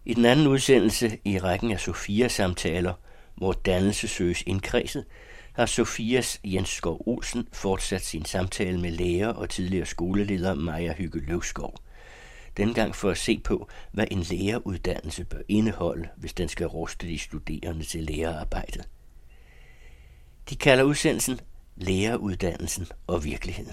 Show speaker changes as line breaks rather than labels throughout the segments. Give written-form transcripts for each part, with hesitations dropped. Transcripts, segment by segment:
I den anden udsendelse i rækken af Sofia-samtaler, hvor dannelse søges indkredset, har Sofias Jens Skov Olsen fortsat sin samtale med lærer og tidligere skoleleder Maja Hygge Løvskov. Dengang for at se på, hvad en læreruddannelse bør indeholde, hvis den skal ruste de studerende til lærerarbejdet. De kalder udsendelsen Læreruddannelsen og virkeligheden.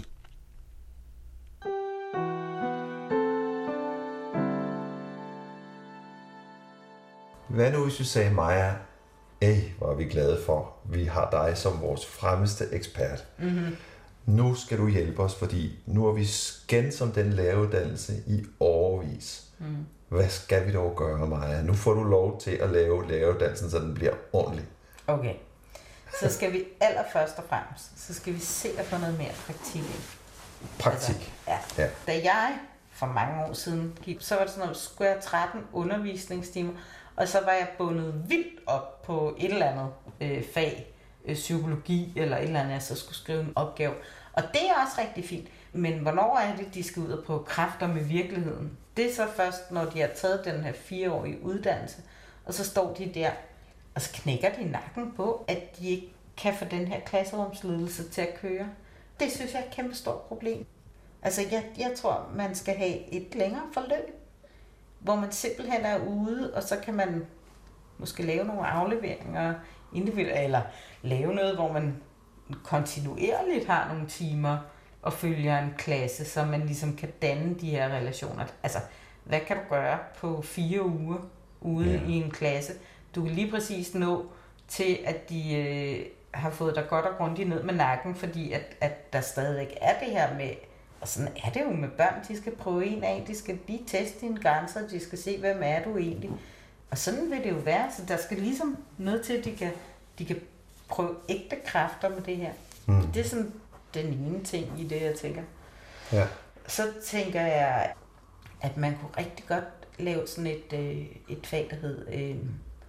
Hvad nu, hvis vi sagde, Maja, hvor er vi glade for, vi har dig som vores fremmeste ekspert. Mm-hmm. Nu skal du hjælpe os, fordi nu har vi skændt som den læreruddannelse i årevis. Mm. Hvad skal vi dog gøre, Maja? Nu får du lov til at lave læreruddannelsen, så den bliver ordentlig.
Okay. Så skal vi allerførst og fremmest, så skal vi se at få noget mere praktik ind.
Praktik?
Altså, ja. Da jeg for mange år siden gik, så var det sådan noget, skulle jeg 13 undervisningstimer, og så var jeg bundet vildt op på et eller andet fag, psykologi eller et eller andet, jeg så skulle skrive en opgave. Og det er også rigtig fint. Men hvornår er det, de skal ud og prøve kræfter med virkeligheden? Det er så først, når de har taget den her 4-årige uddannelse, og så står de der, og så knækker de nakken på, at de ikke kan få den her klasserumsledelse til at køre. Det synes jeg er et kæmpe stort problem. Altså, jeg tror, man skal have et længere forløb, hvor man simpelthen er ude, og så kan man måske lave nogle afleveringer individuelt, eller lave noget, hvor man kontinuerligt har nogle timer og følger en klasse, så man ligesom kan danne de her relationer. Altså, hvad kan du gøre på 4 uger ude i en klasse? Du kan lige præcis nå til, at de har fået dig godt og grundigt ned med nakken, fordi at der stadigvæk er det her med, og sådan er det jo med børn, de skal prøve en af, de skal lige teste dine grænser, de skal se, hvem er du egentlig. Og sådan vil det jo være, så der skal ligesom noget til, at de kan prøve ægte kræfter med det her. Mm. Det er sådan den ene ting i det, jeg tænker. Ja. Så tænker jeg, at man kunne rigtig godt lave sådan et fag, der hed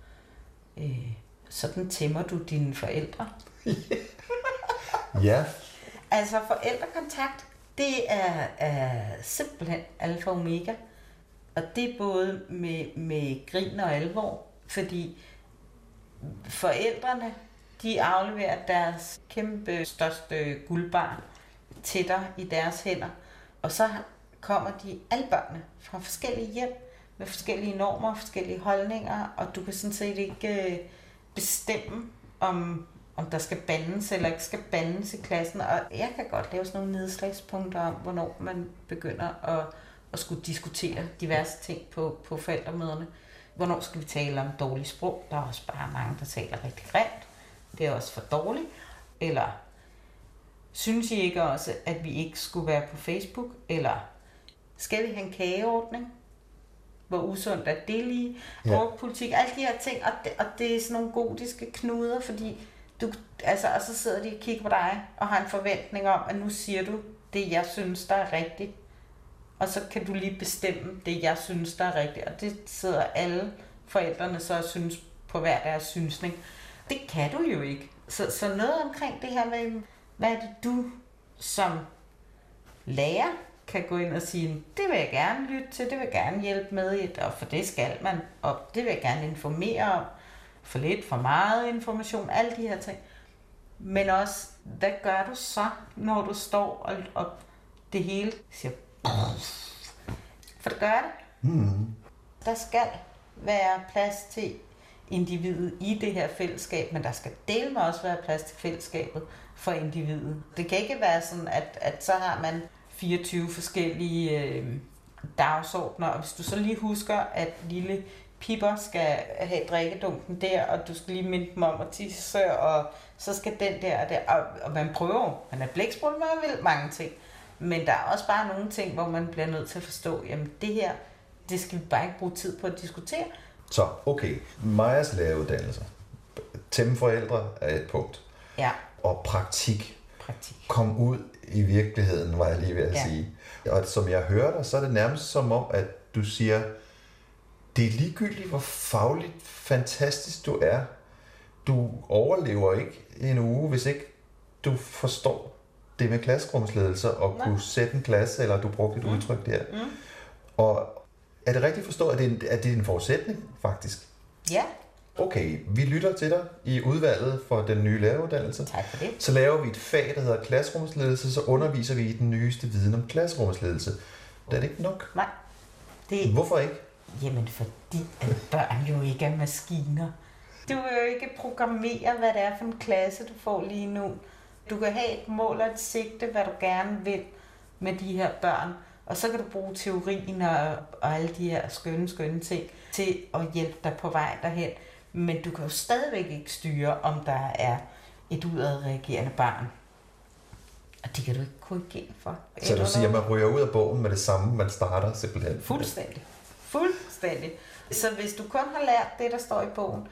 sådan tæmmer du dine forældre.
Ja.
Altså forældrekontakt, det er simpelthen alfa og omega. Og det er både med grin og alvor, fordi forældrene, de afleverer deres kæmpe største guldbarn til dig i deres hænder. Og så kommer alle børnene fra forskellige hjem, med forskellige normer og forskellige holdninger, og du kan sådan set ikke bestemme, om der skal bandes eller ikke skal bandes i klassen. Og jeg kan godt lave sådan nogle nedslagspunkter om, hvornår man begynder at skulle diskutere diverse ting på forældremøderne. Hvornår skal vi tale om dårligt sprog? Der er også bare mange, der taler rigtig grimt. Det er også for dårligt. Eller synes I ikke også, at vi ikke skulle være på Facebook? Eller skal vi have en kageordning? Hvor usundt er det lige? Drukpolitik, alle de her ting. Og det er sådan nogle gotiske knuder, fordi og så sidder de og kigger på dig og har en forventning om, at nu siger du det, jeg synes, der er rigtigt. Og så kan du lige bestemme det, jeg synes, der er rigtigt. Og det sidder alle forældrene så og synes på hver deres synsning. Det kan du jo ikke. Så noget omkring det her med, hvad er det du som lærer kan gå ind og sige, det vil jeg gerne lytte til, det vil jeg gerne hjælpe med i, og for det skal man, og det vil jeg gerne informere om, for lidt, for meget information, alle de her ting. Men også, hvad gør du så, når du står og det hele siger, for det gør det. Mm. Der skal være plads til individet i det her fællesskab, men der skal dele med også være plads til fællesskabet for individet. Det kan ikke være sådan, at så har man 24 forskellige dagsordner, og hvis du så lige husker, at lille Pipper skal have drikkedunken der, og du skal lige minde dem om at tisse, og så skal den der og der, og man prøver, man er blæksprut, man vil mange ting, men der er også bare nogle ting, hvor man bliver nødt til at forstå, jamen det her, det skal vi bare ikke bruge tid på at diskutere.
Så, okay, Majas læreruddannelse, tæmme forældre er et punkt, og praktik. Kom ud i virkeligheden, var jeg lige ved at sige. Og som jeg hører dig, så er det nærmest som om, at du siger, det er ligegyldigt, hvor fagligt fantastisk du er. Du overlever ikke en uge, hvis ikke du forstår det med klasserumsledelse og kunne sætte en klasse, eller du brugte et udtryk der. Mm. Og Er det rigtigt forstået, at det er en forudsætning, faktisk?
Ja.
Okay, vi lytter til dig i udvalget for den nye læreruddannelse.
Tak for det.
Så laver vi et fag, der hedder klasserumsledelse, så underviser vi i den nyeste viden om klasserumsledelse. Det er det ikke nok?
Nej.
Hvorfor ikke?
Jamen, fordi at børn jo ikke er maskiner. Du vil jo ikke programmere, hvad det er for en klasse, du får lige nu. Du kan have et mål og et sigte, hvad du gerne vil med de her børn. Og så kan du bruge teorien og alle de her skønne ting til at hjælpe dig på vej derhen. Men du kan jo stadigvæk ikke styre, om der er et udadreagerende barn. Og det kan du ikke korrigere for.
Så du siger, at man ryger ud af bogen med det samme, man starter simpelthen?
Fuldstændig. Så hvis du kun har lært det, der står i bogen,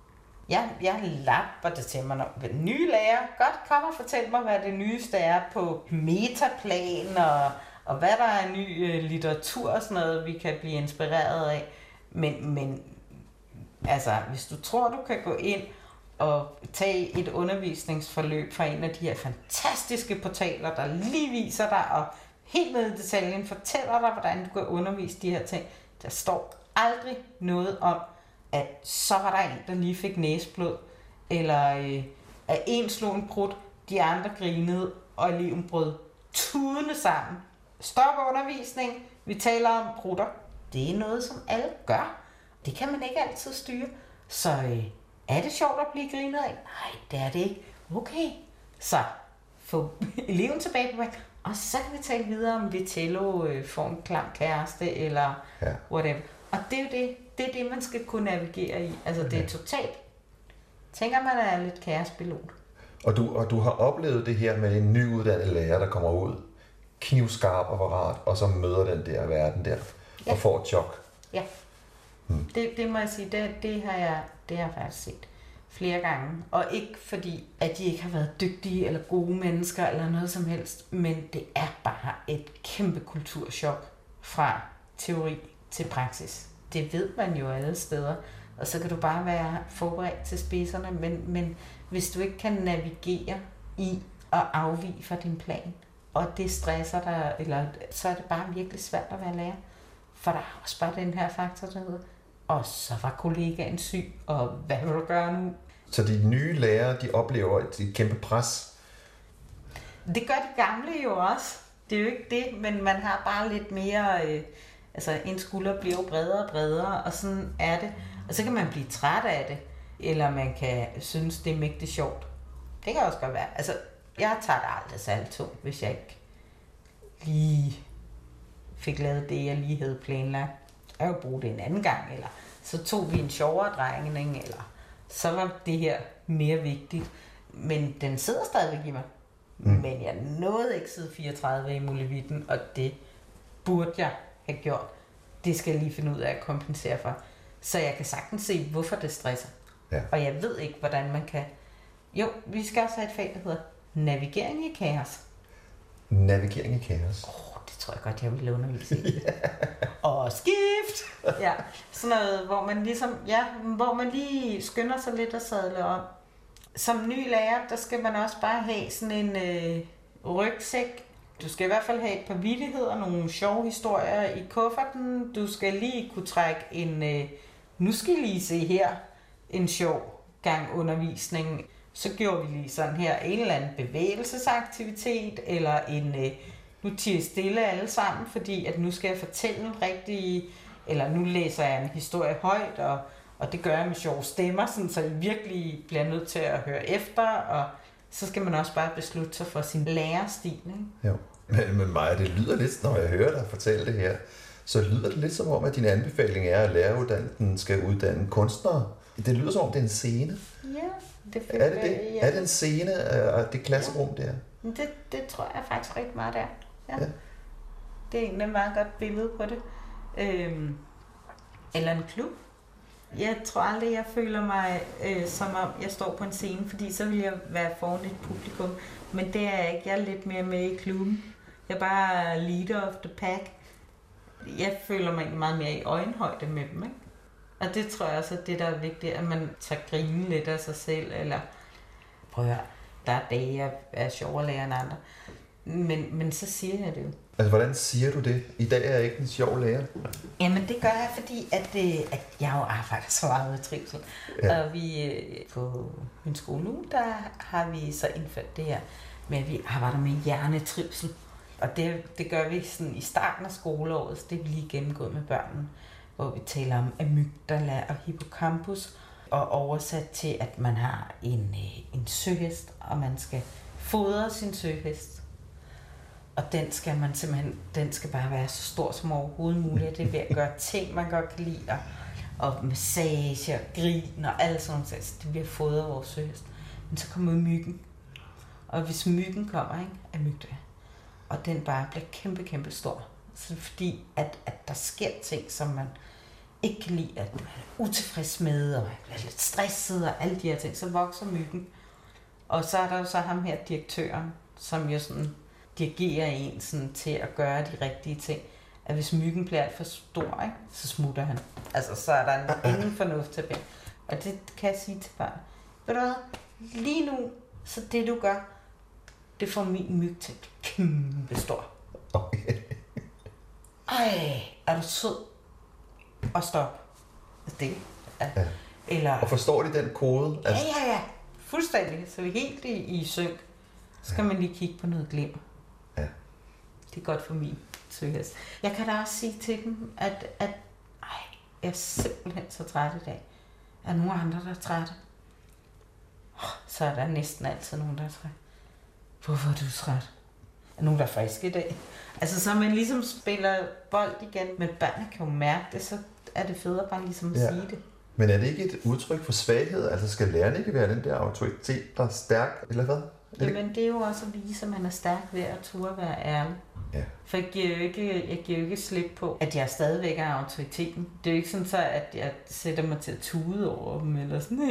jeg lapper det til mig. Nye lærer, godt, kom og fortæl mig, hvad det nyeste er på metaplan, og hvad der er ny litteratur og sådan noget, vi kan blive inspireret af. Men altså, hvis du tror, du kan gå ind og tage et undervisningsforløb fra en af de her fantastiske portaler, der lige viser dig, og helt ned i detaljen fortæller dig, hvordan du kan undervise de her ting, der står aldrig noget om, at så var der en, der lige fik næseblod, eller at en slog en prut, de andre grinede, og eleven brød tudende sammen. Stop undervisning, vi taler om prutter. Det er noget, som alle gør. Det kan man ikke altid styre. Så er det sjovt at blive grinet af? Nej, det er det ikke. Okay, så få eleven tilbage på vej, og så kan vi tale videre om Vitello får en klam kæreste, eller whatever. Og det er jo det, man skal kunne navigere i. Altså det er totalt. Tænker man er lidt kaospilot.
Og du har oplevet det her med en nyuddannet lærer, der kommer ud, knivskarp apparat, og så møder den der verden der, og får et chok.
Ja, det må jeg sige, det har jeg faktisk set flere gange. Og ikke fordi, at de ikke har været dygtige eller gode mennesker eller noget som helst, men det er bare et kæmpe kulturschok fra teori til praksis. Det ved man jo alle steder, og så kan du bare være forberedt til spidserne, men hvis du ikke kan navigere i at afvige fra din plan, og det stresser dig, så er det bare virkelig svært at være lærer. For der er også bare den her faktor, der hedder, og så var kollegaen syg, og hvad vil du gøre nu?
Så de nye lærere, de oplever et kæmpe pres?
Det gør de gamle jo også. Det er jo ikke det, men man har bare lidt mere, en skulder bliver jo bredere og bredere, og sådan er det. Og så kan man blive træt af det, eller man kan synes, det er mægtigt sjovt. Det kan også godt være. Altså, jeg tager det aldrig særlig tungt, hvis jeg ikke lige fik lavet det, jeg lige havde planlagt. Jeg kunne bruge det en anden gang, eller så tog vi en sjovere drejning, eller så var det her mere vigtigt. Men den sidder stadigvæk i mig. Men jeg nåede ikke side 34 i Mulevitten, og det burde jeg have gjort. Det skal jeg lige finde ud af at kompensere for. Så jeg kan sagtens se, hvorfor det stresser.
Ja.
Og jeg ved ikke, hvordan man kan. Jo, vi skal også have et fag, der hedder navigering i kaos.
Navigering i kaos?
Det tror jeg godt, jeg ville undervise i. Og skift! Ja, sådan noget, hvor man lige skynder sig lidt og sadler om. Som ny lærer, der skal man også bare have sådan en rygsæk. Du skal i hvert fald have et par vittigheder, nogle sjove historier i kufferten. Du skal lige kunne trække nu skal I lige se her, en sjov gang undervisning. Så gjorde vi lige sådan her en eller anden bevægelsesaktivitet, eller nu tiger stille alle sammen, fordi at nu skal jeg fortælle eller nu læser jeg en historie højt, og det gør jeg med sjove stemmer, sådan, så I virkelig bliver nødt til at høre efter, og så skal man også bare beslutte sig for sin lærerstil. Ikke?
Jo, men Maja, det lyder lidt, når jeg hører dig fortælle det her, så lyder det lidt som om, at din anbefaling er, at læreruddannelsen skal uddanne kunstnere. Det lyder som om, det er en scene.
Ja, det
er det det? Ja. Er det en scene, det klasserum der?
Det tror jeg faktisk rigtig meget, der. Ja. Det er egentlig et meget godt billede på det. Eller en klub. Jeg tror aldrig, jeg føler mig som om, jeg står på en scene, fordi så vil jeg være foran et publikum. Men det er jeg ikke. Jeg er lidt mere med i klubben. Jeg er bare leader of the pack. Jeg føler mig meget mere i øjenhøjde med dem, ikke? Og det tror jeg også er det, der er vigtigt, at man tager grine lidt af sig selv, eller prøv at høre, der er dage, jeg er sjovere lærer end andre. Men så siger jeg det jo.
Altså, hvordan siger du det? I dag er jeg ikke en sjov lærer.
Jamen, det gør jeg, fordi at jeg jo arbejder så meget med trivsel. Ja. Og vi på min skole nu, der har vi så indført det her med, at vi arbejder med hjernetrivsel. Og det gør vi sådan i starten af skoleåret, så det er vi lige gennemgået med børnene, hvor vi taler om amygdala og hippocampus, og oversat til, at man har en søhest, og man skal fodre sin søhest. Og den skal bare være så stor som overhovedet muligt. Det er ved at gøre ting, man godt kan lide, og massage og grin og alt sådan noget. Så det bliver fodret vores søhest. Men så kommer myggen. Og hvis myggen kommer, ikke, amygdala, og den bare bliver kæmpe, kæmpe stor, så det er fordi, at der sker ting, som man ikke kan lide, at man er utilfreds med, og er lidt stresset, og alle de her ting, så vokser myggen. Og så er der jo så ham her, direktøren, som jo sådan dirigerer en sådan til at gøre de rigtige ting. At hvis myggen bliver alt for stor, ikke, så smutter han. Altså, så er der ingen fornuft tilbage. Og det kan jeg sige til børn. Ved du hvad? Lige nu, så det du gør, det får min myg til at blive kæmpe stor.
Okay.
Ej, er du sød? Og stop. Altså det. Ja. Eller,
og forstår de den kode?
Altså, ja. Fuldstændig. Så vi er helt i synk. Så skal man lige kigge på noget glimmer.
Ja.
Det er godt for min søhest. Jeg kan da også sige til dem, at jeg er simpelthen så træt i dag. Er der nogen andre, der er trætte? Så er der næsten altid nogen, der er træt. Hvorfor er du træt? Er nogen, der er friske i dag? Altså, så man ligesom spiller bold igen, men børnene kan jo mærke det, så er det federe bare ligesom at sige det.
Men er det ikke et udtryk for svaghed? Altså, skal lærerne ikke være den der autoritet, der er stærk, eller hvad?
Jamen, det er jo også at vise, at man er stærk ved at turde være ærlig. Ja. For jeg giver jo ikke slip på, at jeg stadigvæk er autoriteten. Det er jo ikke sådan så, at jeg sætter mig til at tude over dem, eller sådan,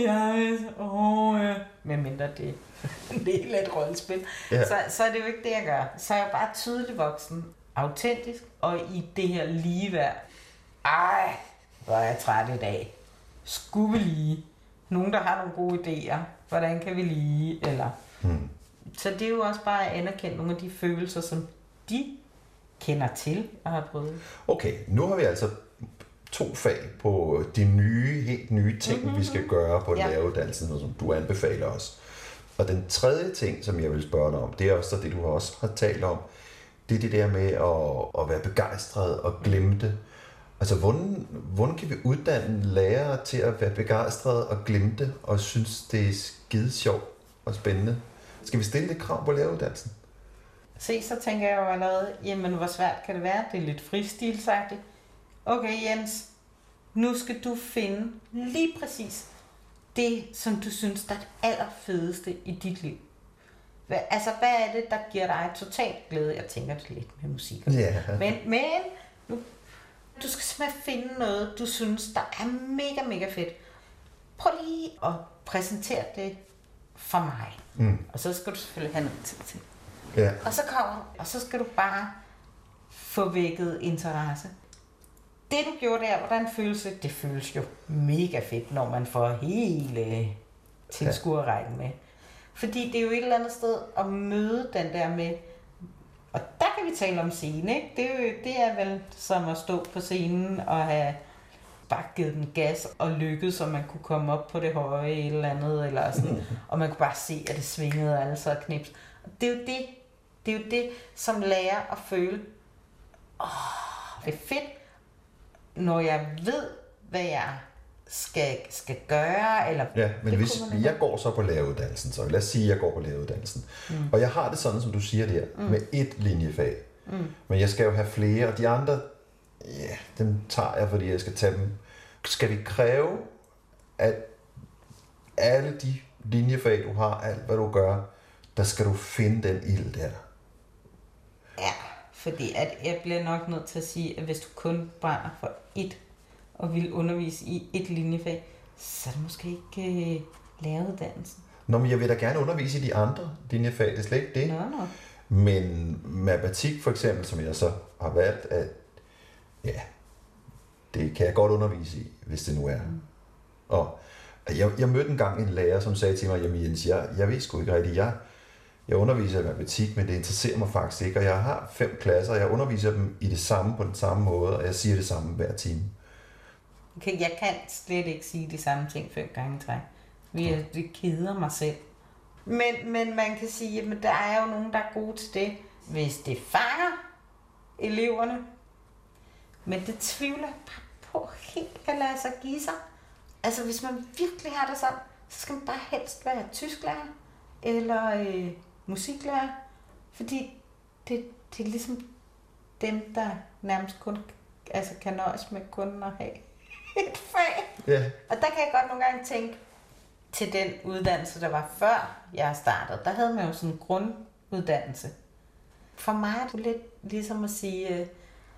ja. Medmindre det er en del af et rollespil. Ja. Så er det jo ikke det, jeg gør. Så er jeg bare tydelig voksen, autentisk, og i det her ligeværd. Ej, hvor er jeg træt i dag. Skulle vi lige? Nogen, der har nogle gode idéer. Hvordan kan vi lige? Eller... Så det er jo også bare at anerkende nogle af de følelser, som de kender til og har prøvet.
Okay, nu har vi altså 2 fag på de helt nye ting, vi skal gøre på læreruddannelsen, som du anbefaler os. Og den tredje ting, som jeg vil spørge dig om, det er også det, du også har talt om, det er det der med at være begejstret og glemme det. Altså, hvordan kan vi uddanne lærere til at være begejstrede og glemme det, og synes, det er skide sjovt og spændende? Skal vi stille det krav på læreruddannelsen?
Se, så tænker jeg jo allerede, jamen hvor svært kan det være? Det er lidt fristilsagtigt. Okay, Jens, nu skal du finde lige præcis det, som du synes, der er det allerfedeste i dit liv. Hvad er det, der giver dig total glæde? Jeg tænker det lidt med musik.
Yeah.
Men nu, du skal simpelthen finde noget, du synes, der er mega, mega fedt. Prøv lige at præsentere det for mig. Og så skal du selvfølgelig have noget tid til.
Ja.
Og så skal du bare få vækket interesse. Det du gjorde der, hvordan føles det? Det føles jo mega fedt, når man får hele tilskuerrækken med. Fordi det er jo et eller andet sted at møde den der med, og der kan vi tale om scene, ikke? Det er vel som at stå på scenen og have bare givet den gas og lykkedes, så man kunne komme op på det høje eller andet, eller sådan, og man kunne bare se, at det svingede og alle så knips. Og det er jo det, som lærer at føle, det er fedt, når jeg ved, hvad jeg skal gøre, eller...
Ja, men hvis jeg går så på læreruddannelsen, så lad os sige, at jeg går på læreruddannelsen, og jeg har det sådan, som du siger der, med et linjefag, men jeg skal jo have flere, og de andre, dem tager jeg, fordi jeg skal tage dem. Skal vi kræve, at alle de linjefag, du har, alt hvad du gør, der skal du finde den ild der?
Ja, fordi at jeg bliver nok nødt til at sige, at hvis du kun brænder for ét, og vil undervise i et linjefag, så er det måske ikke læreruddannelsen.
Nå, men jeg vil da gerne undervise i de andre linjefag, det er slet ikke det.
Nå.
Men matematik for eksempel, som jeg så har valgt, at det kan jeg godt undervise i, hvis det nu er. Og jeg mødte engang en lærer, som sagde til mig, jamen Jens, jeg ved sgu ikke rigtigt, Jeg underviser i matematik, men det interesserer mig faktisk ikke, og jeg har 5 klasser, og jeg underviser dem i det samme på den samme måde, og jeg siger det samme hver time.
Okay, jeg kan slet ikke sige de samme ting 5 gange i træk. Det keder mig selv. Men man kan sige, at der er jo nogen, der er gode til det, hvis det fanger eleverne. Men det tvivler på helt at lade sig give sig. Altså hvis man virkelig har det sådan, så skal man bare helst være tysklærer eller musiklærer. Fordi det er ligesom dem, der nærmest kun kan nøjes med kun at have et fag.
Yeah. Og
der kan jeg godt nogle gange tænke, til den uddannelse, der var før jeg startede, der havde man jo sådan en grunduddannelse. For mig er det lidt ligesom at sige,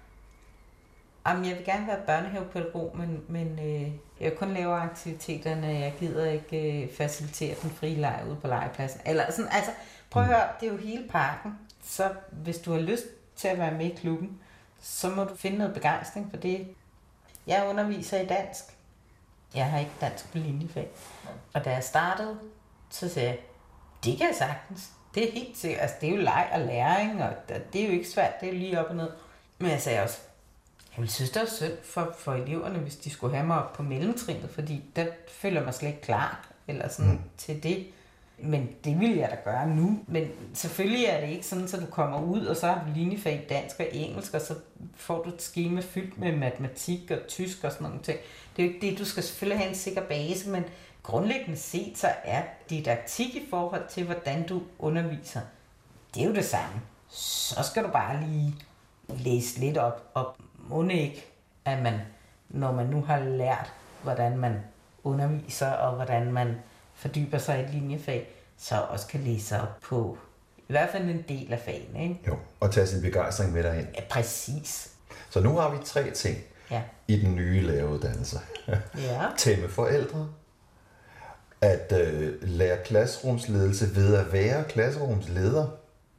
jeg vil gerne være børnehavepædagog, men jeg kun laver aktiviteterne, jeg gider ikke facilitere den frie leg ude på legepladsen. Eller sådan, altså, prøv at høre, det er jo hele parken. Så hvis du har lyst til at være med i klubben, så må du finde noget begejstring for det. Jeg underviser i dansk. Jeg har ikke dansk på linjefag. Og da jeg startede, så sagde jeg, det kan jeg sagtens. Det er helt sikkert. Altså, det er jo leg og læring, og det er jo ikke svært, det er jo lige op og ned. Men jeg sagde også, jeg ville synes, det var synd for eleverne, hvis de skulle have mig op på mellemtrinnet, fordi der føler mig slet ikke klar eller sådan til det. Men det vil jeg da gøre nu. Men selvfølgelig er det ikke sådan, så du kommer ud, og så har du linjefag i dansk og engelsk, og så får du et skema fyldt med matematik og tysk og sådan nogle ting. Det er jo ikke det, du skal selvfølgelig have en sikker base, men grundlæggende set, så er didaktik i forhold til, hvordan du underviser, det er jo det samme. Så skal du bare lige læse lidt op, og må ikke, at man, når man nu har lært, hvordan man underviser, og hvordan man fordyber sig i et linjefag, så også kan læse sig op på i hvert fald en del af fagene. Ikke?
Jo, og tage sin begejstring med derhen.
Ja, præcis.
Så nu har vi 3 ting i den nye læreruddannelse.
Ja.
Tæmme forældre, at lære klasserumsledelse ved at være klasserumsleder,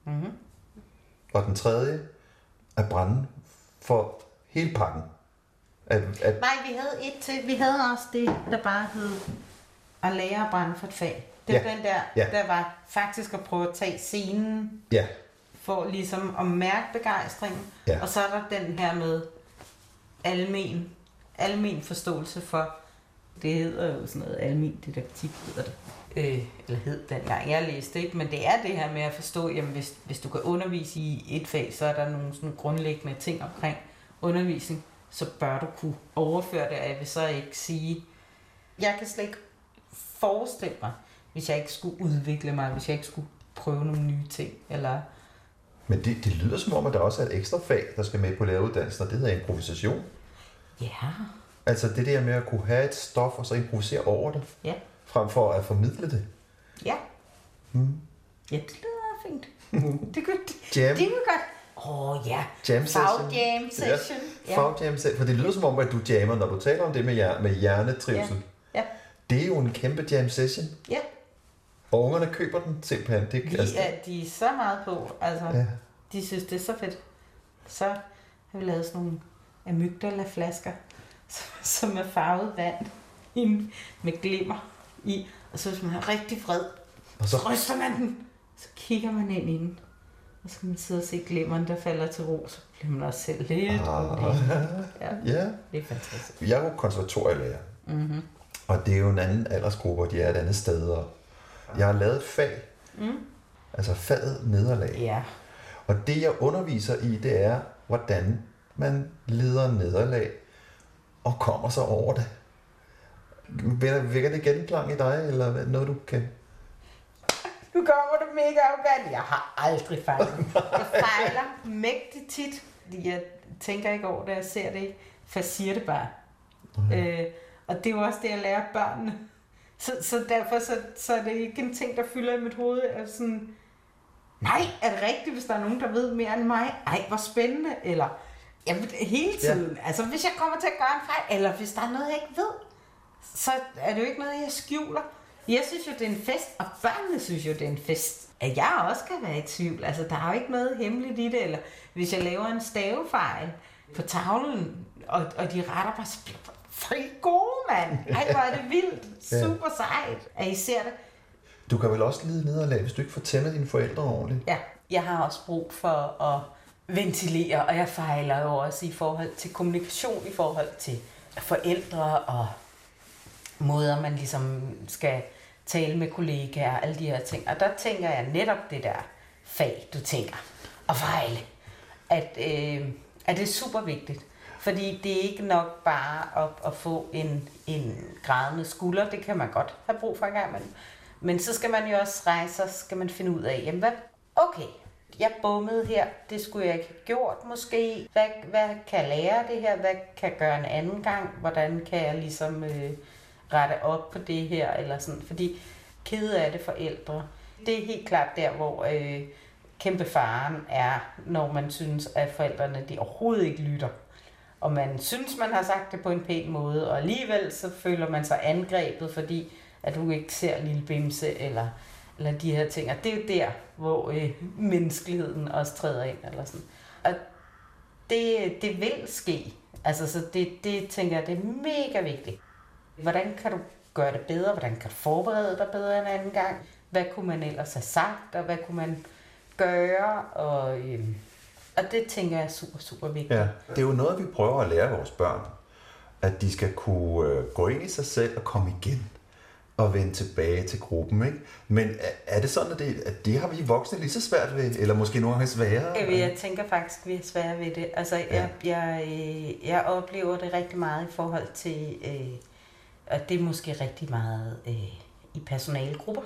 og den tredje, at brænde for hele pakken.
Nej, vi havde et til. Vi havde også det, der bare hed at lære at brænde for et fag. Det var den der, der var faktisk at prøve at tage scenen, for ligesom at mærke begejstringen. Ja. Og så er der den her med almen forståelse for, det hedder jo sådan noget almen didaktik, hedder det. Eller hed dengang jeg læste, ikke? Men det er det her med at forstå, jamen hvis du kan undervise i et fag, så er der nogle sådan grundlæggende ting omkring undervisning, så bør du kunne overføre det, og jeg vil så ikke sige, jeg kan slet ikke forestille mig, hvis jeg ikke skulle udvikle mig, hvis jeg ikke skulle prøve nogle nye ting, eller...
Men det lyder som om, at der også er et ekstra fag, der skal med på læreruddannelsen, og det hedder improvisation.
Ja.
Altså det der med at kunne have et stof, og så improvisere over det, frem for at formidle det.
Ja. Ja, det lyder fint. Det kunne
Jam.
Det kunne godt.
Jam session.
Fagjam session.
Fagjam session. For det lyder som om, at du jammer, når du taler om det med hjernetrivsel.
Ja.
Det er jo en kæmpe jam session.
Ja.
Og ungerne køber den simpelthen.
De er så meget på. Altså, de synes, det er så fedt. Så har vi lavet sådan nogle amygdala-flasker, som er farvet vand med glimmer i. Og så hvis man er rigtig vred, så ryster man den. Så kigger man ind i den. Og så kan man sidde og se glimmeren, der falder til ro. Så bliver man også selv lidt
Ja.
Det er fantastisk.
Jeg er jo konservatorielærer. Og det er jo en anden aldersgruppe, og de er et andet sted. Jeg har lavet et fag. Altså faget nederlag.
Ja.
Og det jeg underviser i, det er, hvordan man leder nederlag og kommer sig over det. Vækker det genklang i dig, eller noget du kan?
Nu kommer du mega arrogant. Jeg har aldrig fejlet. Jeg fejler mægtigt tit. Jeg tænker ikke over det, jeg ser det ikke. For jeg siger det bare. Og det er jo også det, jeg lærer børnene. Så derfor så er det ikke en ting, der fylder i mit hoved. Sådan, nej, er det rigtigt, hvis der er nogen, der ved mere end mig? Ej, hvor spændende. Eller hele tiden. Ja. Altså, hvis jeg kommer til at gøre en fejl, eller hvis der er noget, jeg ikke ved, så er det jo ikke noget, jeg skjuler. Jeg synes jo, det er en fest, og børnene synes jo, det er en fest. At jeg også kan være i tvivl. Altså, der er jo ikke noget hemmeligt i det. Eller hvis jeg laver en stavefejl på tavlen, og de retter mig, så bliver fri gode, mand. Ej, hvor er det vildt. Super sejt, at I ser det.
Du kan vel også lide nederlag, hvis du ikke får tæmmet dine forældre ordentligt?
Ja, jeg har også brug for at ventilere, og jeg fejler jo også i forhold til kommunikation, i forhold til forældre og måder, man ligesom skal tale med kollegaer og alle de her ting. Og der tænker jeg netop det der fag, du tænker, at fejle, at det er super vigtigt. Fordi det er ikke nok bare at få en grædende skulder, det kan man godt have brug for en gang imellem. Men så skal man jo også rejse, og skal man finde ud af, jamen okay, jeg bummede her, det skulle jeg ikke have gjort måske. Hvad kan jeg lære det her? Hvad kan jeg gøre en anden gang? Hvordan kan jeg ligesom rette op på det her? Eller sådan. Fordi kede af det forældre, det er helt klart der, hvor kæmpe faren er, når man synes, at forældrene de overhovedet ikke lytter. Og man synes, man har sagt det på en pæn måde, og alligevel så føler man sig angrebet, fordi at du ikke ser lille bimse eller de her ting. Og det er jo der, hvor menneskeligheden også træder ind. Eller sådan. Og det vil ske. Altså, så det tænker jeg, det er mega vigtigt. Hvordan kan du gøre det bedre? Hvordan kan du forberede dig bedre en anden gang? Hvad kunne man ellers have sagt, og hvad kunne man gøre? Og det tænker jeg er super, super vigtigt.
Ja, det er jo noget, vi prøver at lære vores børn. At de skal kunne gå ind i sig selv og komme igen. Og vende tilbage til gruppen, ikke? Men er det sådan, at det har vi voksne lige så svært ved? Eller måske nogle gange sværere?
Jeg tænker faktisk, at vi er svære ved det. Altså, jeg oplever det rigtig meget i forhold til, og det er måske rigtig meget i personalegrupper,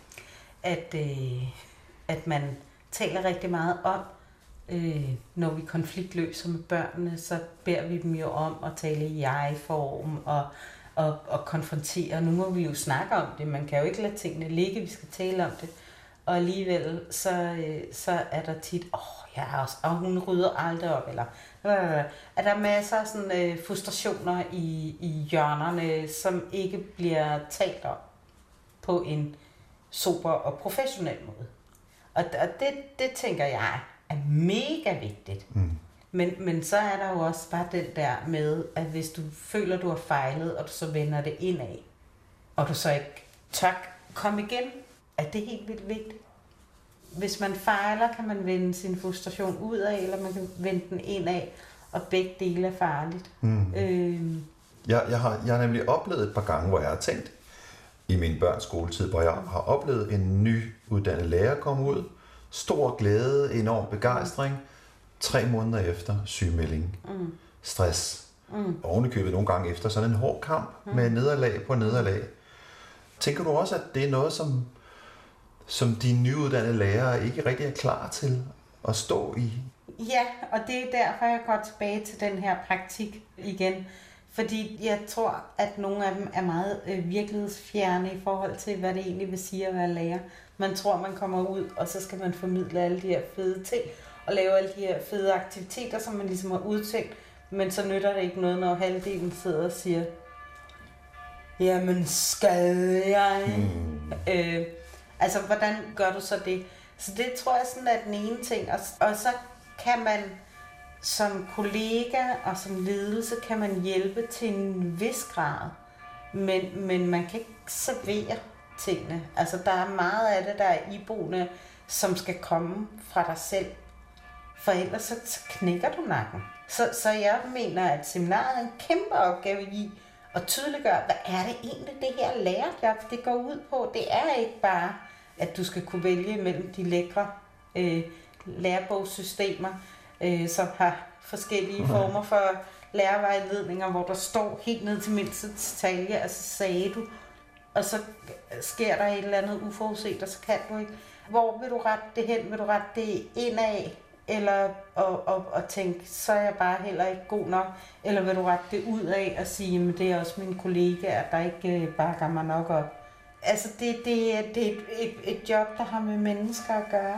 at man taler rigtig meget om, når vi konfliktløser med børnene, så beder vi dem jo om at tale i jeg-form og konfrontere. Nu må vi jo snakke om det. Man kan jo ikke lade tingene ligge. Vi skal tale om det. Og alligevel så er der tit, og hun rydder aldrig op, eller er der masser af sådan frustrationer i hjørnerne, som ikke bliver talt om på en super og professionel måde. Og det tænker jeg er mega vigtigt. Mm. Men så er der jo også bare den der med, at hvis du føler, du har fejlet, og du så vender det indad, og du så ikke tør komme igen, er det helt vildt vigtigt. Hvis man fejler, kan man vende sin frustration ud af, eller man kan vende den indad, og begge dele er farligt. Mm.
Jeg har nemlig oplevet et par gange, hvor jeg har tænkt, i min børns skoletid, hvor jeg har oplevet en nyuddannet lærer komme ud, stor glæde, enorm begejstring, 3 måneder efter sygemelding, stress, ovenikøbet nogle gange efter sådan en hård kamp med nederlag på nederlag. Tænker du også, at det er noget, som de nyuddannede lærere ikke rigtig er klar til at stå i?
Ja, og det er derfor, jeg går tilbage til den her praktik igen. Fordi jeg tror, at nogle af dem er meget virkelighedsfjerne i forhold til, hvad det egentlig vil sige at være lærer. Man tror, man kommer ud, og så skal man formidle alle de her fede ting, og lave alle de her fede aktiviteter, som man ligesom har udtænkt. Men så nytter det ikke noget, når halvdelen sidder og siger, jamen skal jeg? Altså, hvordan gør du så det? Så det tror jeg sådan er den ene ting. Og så kan man som kollega og som ledelse, kan man hjælpe til en vis grad. Men man kan ikke servere tingene. Altså, der er meget af det, der er iboende, som skal komme fra dig selv. For ellers så knækker du nakken. Så jeg mener, at seminaret er en kæmpe opgave i at tydeliggøre, hvad er det egentlig, det her lærerjob, det går ud på. Det er ikke bare, at du skal kunne vælge mellem de lækre lærebogssystemer, som har forskellige former for lærervejledninger, hvor der står helt ned til mindste detalje, altså sagde du, og så sker der et eller andet uforudset, og så kan du ikke. Hvor vil du rette det hen? Vil du rette det indad? Eller og tænke, så er jeg bare heller ikke god nok? Eller vil du rette det ud af og sige, men det er også mine kollegaer, der ikke bakker mig nok op? Altså, det er et job, der har med mennesker at gøre,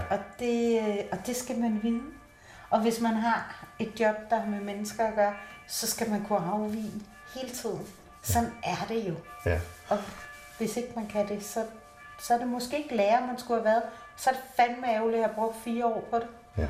og det skal man vide. Og hvis man har et job, der har med mennesker at gøre, så skal man kunne afvige hele tiden. Sådan er det jo. Ja. Og hvis ikke man kan det, så er det måske ikke lærer, man skulle have været. Så er det fandme ærgerligt at have brugt 4 år på det.
Ja.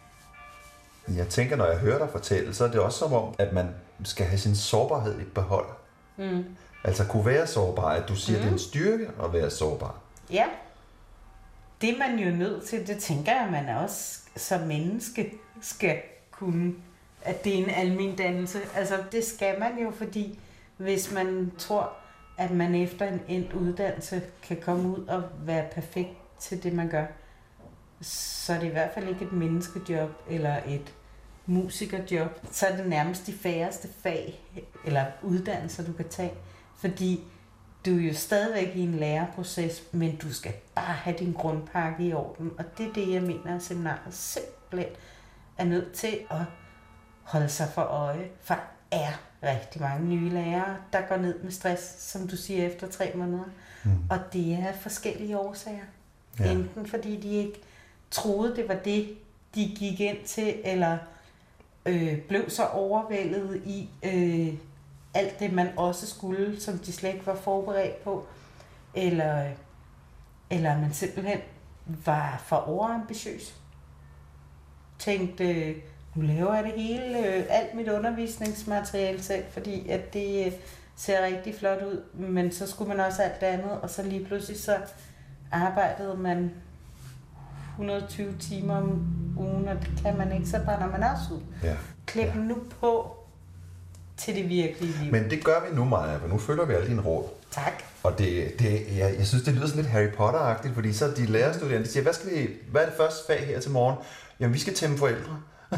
Jeg tænker, når jeg hører dig fortælle, så er det også som om, at man skal have sin sårbarhed i behold. Mm. Altså kunne være sårbar, at du siger, at det er en styrke at være sårbar.
Ja. Det er man jo nødt til, det tænker jeg, man også som menneske skal kunne, at det er en almen dannelse. Altså det skal man jo, fordi hvis man tror, at man efter en endt uddannelse kan komme ud og være perfekt til det, man gør, så er det i hvert fald ikke et menneskejob eller et musikerjob. Så er det nærmest de færreste fag eller uddannelser, du kan tage, fordi du er jo stadigvæk i en læreproces, men du skal bare have din grundpakke i orden. Og det er det, jeg mener, at seminariet simpelthen er nødt til at holde sig for øje. For der er rigtig mange nye lærere, der går ned med stress, som du siger, efter 3 måneder. Og det er forskellige årsager. Ja. Enten fordi de ikke troede, det var det, de gik ind til, eller blev så overvældet i alt det, man også skulle, som de slet ikke var forberedt på, eller man simpelthen var for overambitiøs. Tænkte, nu laver jeg det hele, alt mit undervisningsmateriale selv, fordi at det ser rigtig flot ud, men så skulle man også alt det andet, og så lige pludselig så arbejdede man 120 timer om ugen, og det kan man ikke, så brænder man også ud. Ja. Klip nu på til det virkelige liv.
Men det gør vi nu, Maja, for nu følger vi alle dine råd.
Tak.
Og jeg synes, det lyder sådan lidt Harry Potter-agtigt, fordi så de lærerstuderende, de siger, hvad er det første fag her til morgen? Jamen, vi skal tæmme forældre.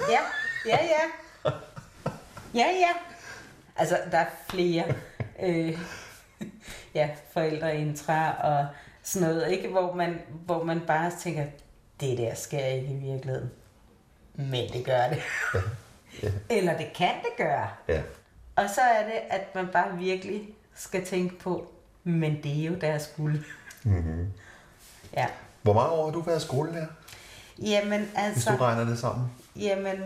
Ja. Altså, der er flere forældreintra og sådan noget, ikke? Hvor man bare tænker, det der sker ikke i virkeligheden. Men det gør det. Ja. Eller det kan det gøre. Ja. Og så er det, at man bare virkelig skal tænke på, men det er jo deres guld.
Mm-hmm.
Ja.
Hvor mange år har du været skolelærer?
Jamen altså...
Hvis du regner det sammen.
Jamen,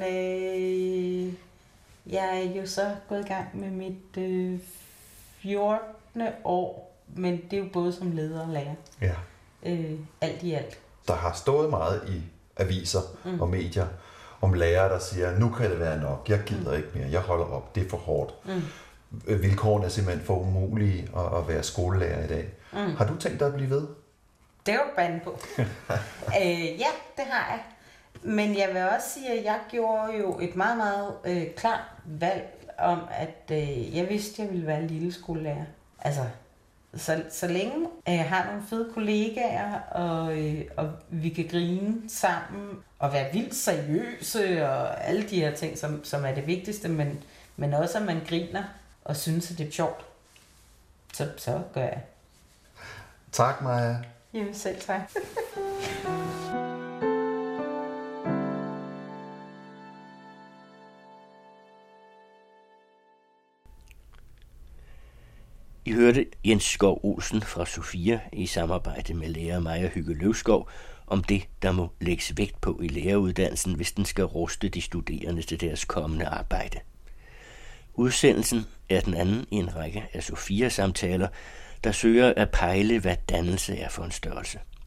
jeg er jo så gået i gang med mit 14. år, men det er jo både som leder og lærer.
Ja.
Alt i alt.
Der har stået meget i aviser og medier om lærere, der siger, nu kan det være nok, jeg gider ikke mere, jeg holder op, det er for hårdt. Vilkårene er simpelthen for umulige at være skolelærer i dag. Har du tænkt dig at blive ved?
Det er jo bande på. Ja, det har jeg. Men jeg vil også sige, at jeg gjorde jo et meget, meget klart valg om, at jeg vidste, at jeg ville være lille skolelærer. Altså, så længe jeg har nogle fede kollegaer, og vi kan grine sammen, og være vildt seriøse, og alle de her ting, som er det vigtigste, men også, at man griner og synes, at det er sjovt, så gør jeg.
Tak, Maja.
Jamen selv tak.
I hørte Jens Skov Olsen fra Sofia i samarbejde med lærer Maja Hygge Løvskov om det, der må lægges vægt på i læreruddannelsen, hvis den skal ruste de studerende til deres kommende arbejde. Udsendelsen er den anden i en række af Sofia-samtaler, der søger at pejle, hvad dannelse er for en størrelse.